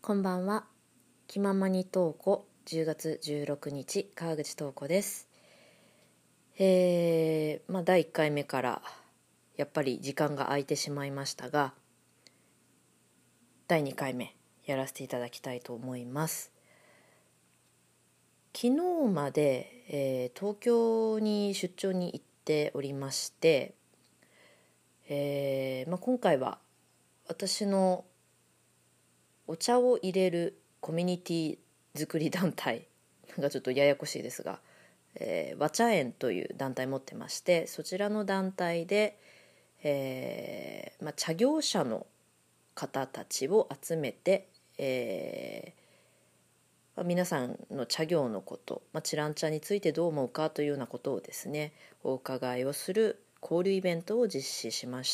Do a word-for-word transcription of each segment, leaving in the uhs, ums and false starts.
こんばんは。気ままにトーコじゅうがつじゅうろくにち川口トーコです。えー、まあだいいっかいめからやっぱり時間が空いてしまいましたが、だいにかいめやらせていただきたいと思います。昨日まで、えー、東京に出張に行っておりまして、えーまあ、今回は私のお茶を入れるコミュニティ作り団体がちょっとややこしいですが、えー、和茶園という団体持ってまして、そちらの団体で、えーまあ、茶業者の方たちを集めて、えーまあ、皆さんの茶業のこと、まあ、チラン茶についてどう思うかというようなことをですね、お伺いをする交流イベントを実施しました。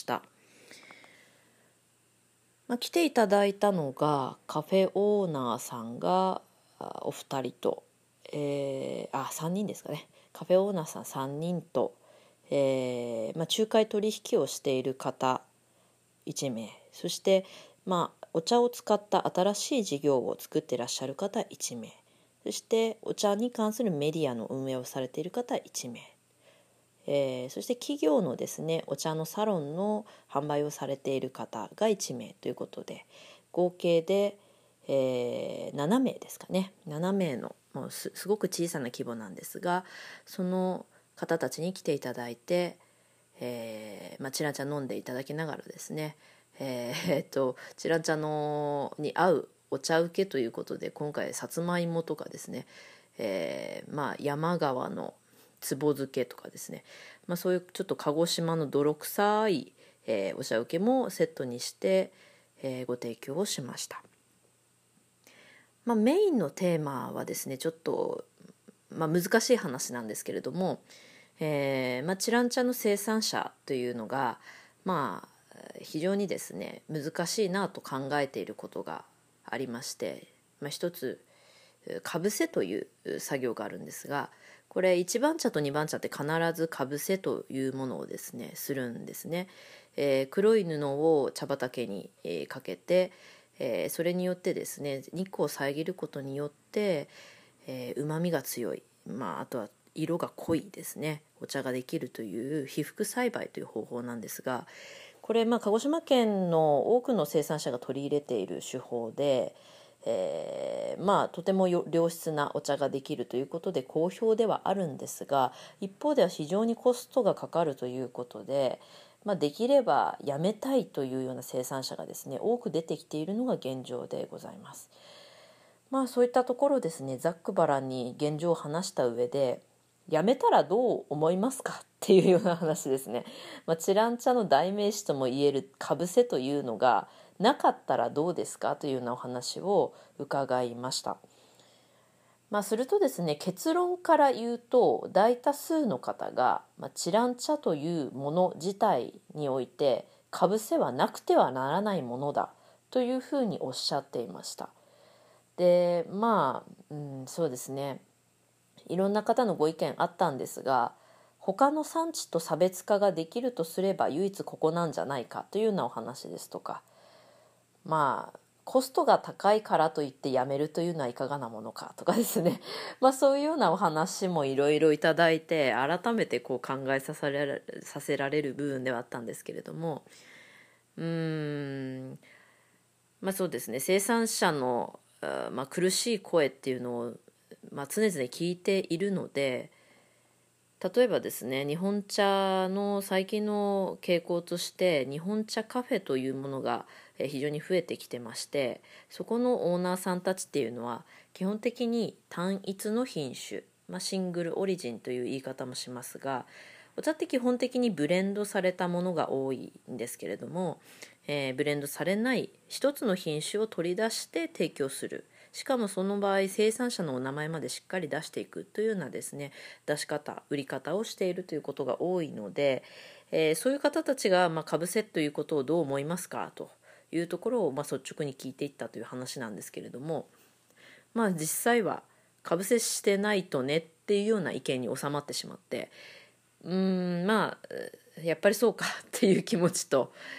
まあ、来ていただいたのがカフェオーナーさんがお二人と、えー、あさんにんですかね。カフェオーナーさんさんにんと、えーまあ、仲介取引をしている方いちめい、そして、まあ、お茶を使った新しい事業を作っていらっしゃる方いちめい、そしてお茶に関するメディアの運営をされている方いちめい、えー、そして企業のですねお茶のサロンの販売をされている方がいちめいということで、合計で、えー、ななめいですかね。ななめいのもう す, すごく小さな規模なんですが、その方たちに来ていただいて、えーまあ、チラン茶飲んでいただきながらですね、えー、えー、っとチラン茶のに合うお茶受けということで、今回さつまいもとかですね、えーまあ、山川のつぼ漬けとかですね、まあ、そういうちょっと鹿児島の泥臭い、えー、お茶受けもセットにして、えー、ご提供をしました。まあ、メインのテーマはですねちょっと、まあ、難しい話なんですけれども、えーまあ、チラン茶の生産者というのが、まあ、非常にですね難しいなと考えていることがありまして、まあ、一つかぶせという作業があるんですが、これいちばん茶とにばん茶って必ずかぶせというものをですねするんですね。えー、黒い布を茶畑に、えー、かけて、えー、それによってですね日光を遮ることによってうまみが強い、まあ、あとは色が濃いですねお茶ができるという被覆栽培という方法なんですが、これ、まあ、鹿児島県の多くの生産者が取り入れている手法で、えー、まあとても良質なお茶ができるということで好評ではあるんですが、一方では非常にコストがかかるということで、まあ、できればやめたいというような生産者がですね多く出てきているのが現状でございます。まあそういったところですね、ざっくばらんに現状を話した上で、やめたらどう思いますかっていうような話ですね。まあ、チラン茶の代名詞ともいえるかぶせというのがなかったらどうですかというようなお話を伺いました。まあ、するとですね、結論から言うと大多数の方が、まあ、チラン茶というもの自体においてかぶせはなくてはならないものだというふうにおっしゃっていました。でまあ、うん、そうですね、いろんな方のご意見あったんですが、他の産地と差別化ができるとすれば唯一ここなんじゃないかというようなお話ですとか、まあコストが高いからといってやめるというのはいかがなものかとかですねまあそういうようなお話もいろいろいただいて、改めてこう考えさせられる、させられる部分ではあったんですけれども、うーんまあそうですね、生産者のまあ、苦しい声っていうのを、まあ、常々聞いているので、例えばですね日本茶の最近の傾向として日本茶カフェというものが非常に増えてきてまして、そこのオーナーさんたちっていうのは基本的に単一の品種、まあ、シングルオリジンという言い方もしますが、お茶って基本的にブレンドされたものが多いんですけれども、えー、ブレンドされない一つの品種を取り出して提供する、しかもその場合生産者のお名前までしっかり出していくというようなですね出し方売り方をしているということが多いので、えー、そういう方たちが、まあ、かぶせということをどう思いますかというところを、まあ、率直に聞いていったという話なんですけれども、まあ実際はかぶせしてないとねっていうような意見に収まってしまって、うーんまあやっぱりそうかっていう気持ちと、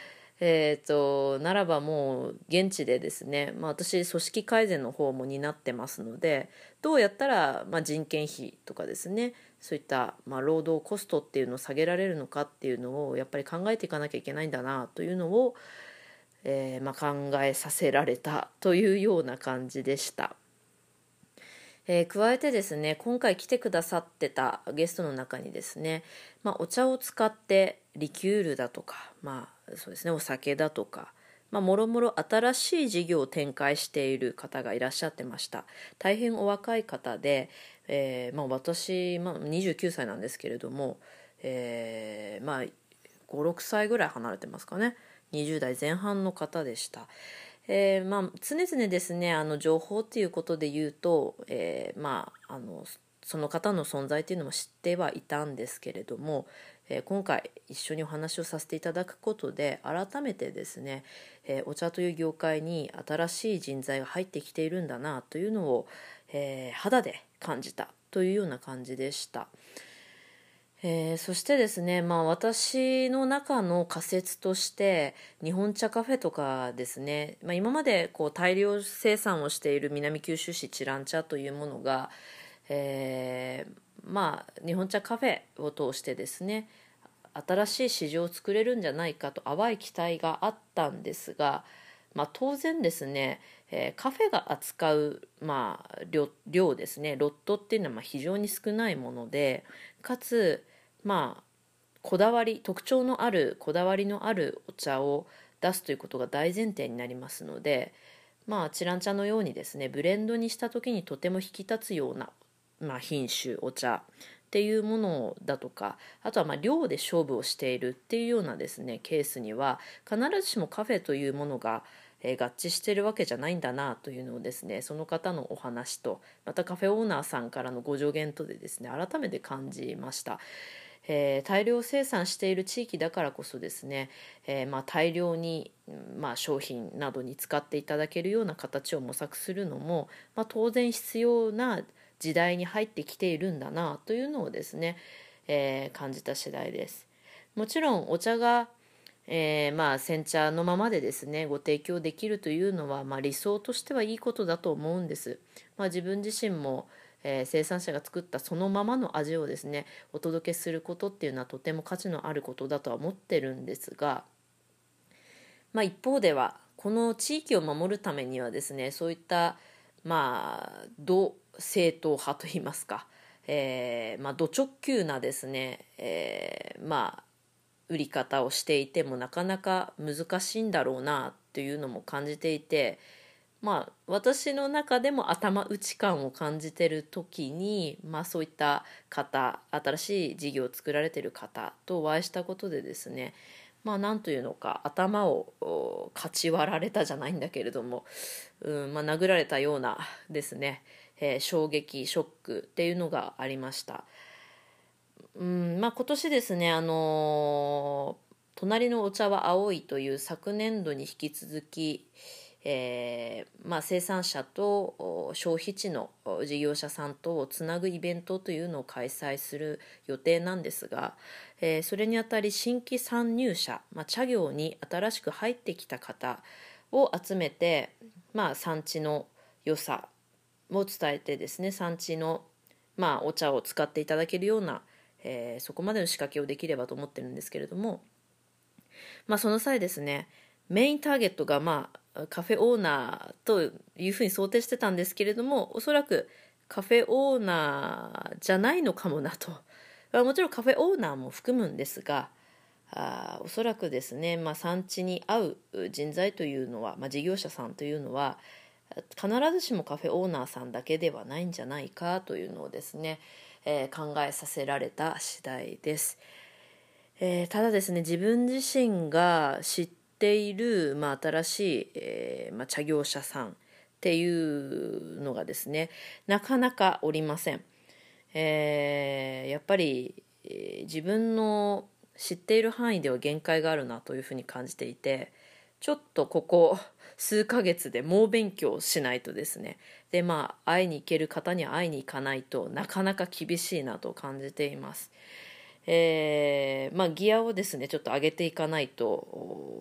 えーと、ならばもう現地でですね、まあ、私組織改善の方も担ってますので、どうやったら、まあ、人件費とかですね、そういった、まあ、労働コストっていうのを下げられるのかっていうのをやっぱり考えていかなきゃいけないんだなというのを、えーまあ、考えさせられたというような感じでした。えー、加えてですね、今回来てくださってたゲストの中にですね、まあ、お茶を使ってリキュールだとか、まあそうですね、お酒だとか、まあ、もろもろ新しい事業を展開している方がいらっしゃってました。大変お若い方で、えーまあ、私、まあ、にじゅうきゅうさいなんですけれども、えーまあ、ごろくさいぐらい離れてますかね。にじゅう代前半の方でした。えーまあ、常々ですね、あの情報っていうことで言うと、えーまあ、あのその方の存在っていうのも知ってはいたんですけれども、えー今回一緒にお話をさせていただくことで改めてですね、えーお茶という業界に新しい人材が入ってきているんだなというのを、えー肌で感じたというような感じでした。えーそしてですね、まあ、私の中の仮説として日本茶カフェとかですね、まあ、今までこう大量生産をしている南九州市知覧茶というものが、えーまあ、日本茶カフェを通してですね、新しい市場を作れるんじゃないかと淡い期待があったんですが、まあ、当然ですね、えーカフェが扱う、まあ、量、量ですね、ロットっていうのはまあ非常に少ないもので、かつまあこだわり特徴のあるこだわりのあるお茶を出すということが大前提になりますので、まあチラン茶のようにですねブレンドにした時にとても引き立つような、まあ、品種お茶っていうものだとか、あとはまあ量で勝負をしているっていうようなですねケースには必ずしもカフェというものがえ合致しているわけじゃないんだなというのをですね、その方のお話とまたカフェオーナーさんからのご助言とでですね改めて感じました。えー大量生産している地域だからこそですね、えーまあ、大量に、まあ、商品などに使っていただけるような形を模索するのも、まあ、当然必要な時代に入ってきているんだなというのをですね、えー感じた次第です。もちろんお茶がえーまあ煎茶のままでですねご提供できるというのは、まあ、理想としてはいいことだと思うんです。まあ、自分自身も、えー生産者が作ったそのままの味をですねお届けすることっていうのはとても価値のあることだとは思ってるんですが、まあ、一方ではこの地域を守るためにはですねそういったまあ同正統派といいますか、えーまあ、ド直球なですね、えーまあ売り方をしていてもなかなか難しいんだろうなっていうのも感じていて、まあ私の中でも頭打ち感を感じてる時に、まあ、そういった方新しい事業を作られてる方とお会いしたことでですね、まあなんというのか頭をおかち割られたじゃないんだけれども、うんまあ、殴られたようなですね、えー衝撃ショックっていうのがありました。うんまあ、今年ですね、あのー隣のお茶は青いという昨年度に引き続き、えーまあ、生産者とお消費地のお事業者さんとをつなぐイベントというのを開催する予定なんですが、えーそれにあたり新規参入者、まあ、茶業に新しく入ってきた方を集めて、まあ、産地の良さを伝えてですね産地の、まあ、お茶を使っていただけるような、えーそこまでの仕掛けをできればと思ってるんですけれども、まあ、その際ですねメインターゲットが、まあ、カフェオーナーというふうに想定してたんですけれども、おそらくカフェオーナーじゃないのかもなと、まあもちろんカフェオーナーも含むんですが、あおそらくですね、まあ、産地に合う人材というのは、まあ、事業者さんというのは必ずしもカフェオーナーさんだけではないんじゃないかというのをですね、えー考えさせられた次第です。えーただですね自分自身が知っている、まあ、新しい、えーまあ、茶業者さんっていうのがですねなかなかおりません。えーやっぱり、えー自分の知っている範囲では限界があるなというふうに感じていて、ちょっとここ数ヶ月で猛勉強しないとですね、でまあ会いに行ける方には会いに行かないとなかなか厳しいなと感じています。えーまあ、ギアをですねちょっと上げていかないと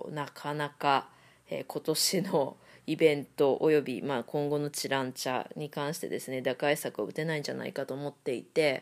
なかなか、えー今年のイベントおよび、まあ、今後のチランチャに関してですね打開策を打てないんじゃないかと思っていて、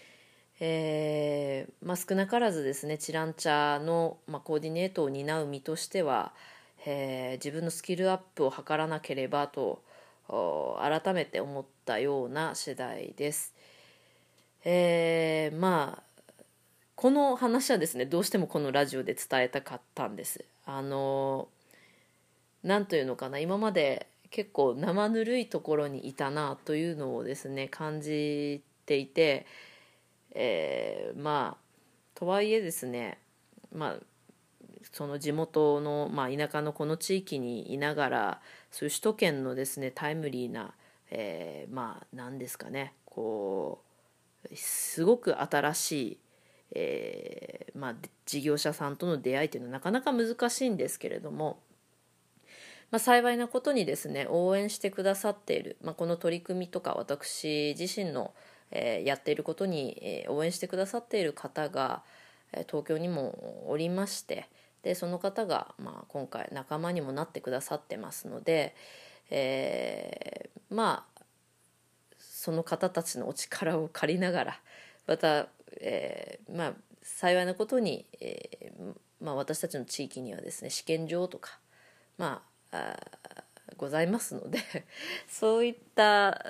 えーまあ、少なからずですねチランチャの、まあ、コーディネートを担う身としては、えー自分のスキルアップを図らなければとお改めて思ったような次第です。えーまあこの話はですねどうしてもこのラジオで伝えたかったんです。あのなんというのかな、今まで結構生ぬるいところにいたなというのをですね感じていて、えーまあとはいえですね、まあその地元の、まあ、田舎のこの地域にいながらそういう首都圏のですねタイムリーな、えーまあ何ですかね、こうすごく新しい、えーまあ、事業者さんとの出会いというのはなかなか難しいんですけれども、まあ、幸いなことにですね応援してくださっている、まあ、この取り組みとか私自身の、えーやっていることに、えー応援してくださっている方が、えー東京にもおりまして、でその方が、まあ、今回仲間にもなってくださってますので、えーまあその方たちのお力を借りながらまた、えーまあ幸いなことに、えーまあ、私たちの地域にはですね試験場とか、まあ、あございますのでそういった、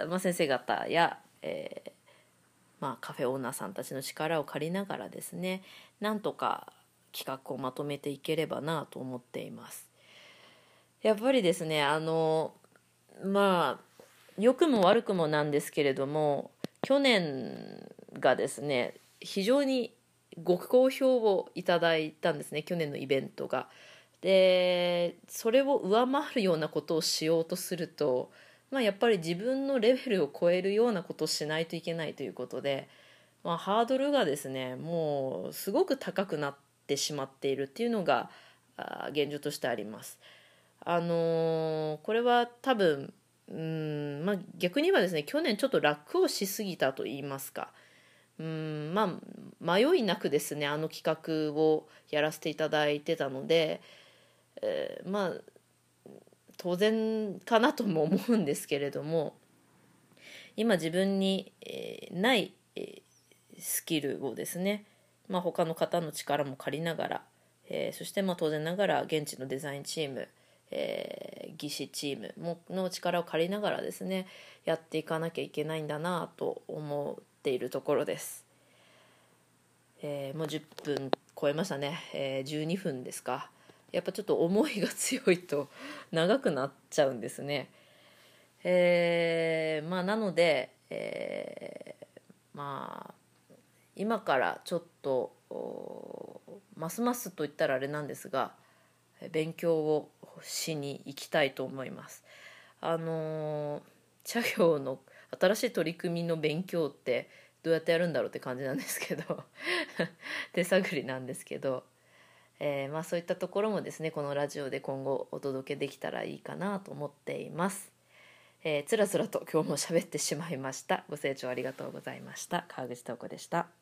まあ、先生方や、えーまあ、カフェオーナーさんたちの力を借りながらですねなんとか企画をまとめていければなと思っています。やっぱりですねあのまあ良くも悪くもなんですけれども去年がですね非常にご好評をいただいたんですね、去年のイベントが。でそれを上回るようなことをしようとすると、まあ、やっぱり自分のレベルを超えるようなことをしないといけないということで、まあ、ハードルがですねもうすごく高くなってしまっているっていうのがあ現状としてあります。あのーこれは多分うーん、まあ、逆に言えばですね去年ちょっと楽をしすぎたと言いますか、うーんまあ迷いなくですねあの企画をやらせていただいてたので、えーまあ当然かなとも思うんですけれども、今自分に、えーない、えースキルをですね、まあ、他の方の力も借りながら、えーそしてまあ当然ながら現地のデザインチーム、えー技師チームもの力を借りながらですねやっていかなきゃいけないんだなと思っているところです。えーもうじゅっぷん超えましたね、えーじゅうにふんですか。やっぱちょっと思いが強いと長くなっちゃうんですね。えーまあなので、えーまあ今からちょっとおますますと言ったらあれなんですが勉強をしに行きたいと思います。あのー茶業の新しい取り組みの勉強ってどうやってやるんだろうって感じなんですけど手探りなんですけど、えーまあ、そういったところもですねこのラジオで今後お届けできたらいいかなと思っています。えー、つらつらと今日も喋ってしまいました。ご清聴ありがとうございました。川口東子でした。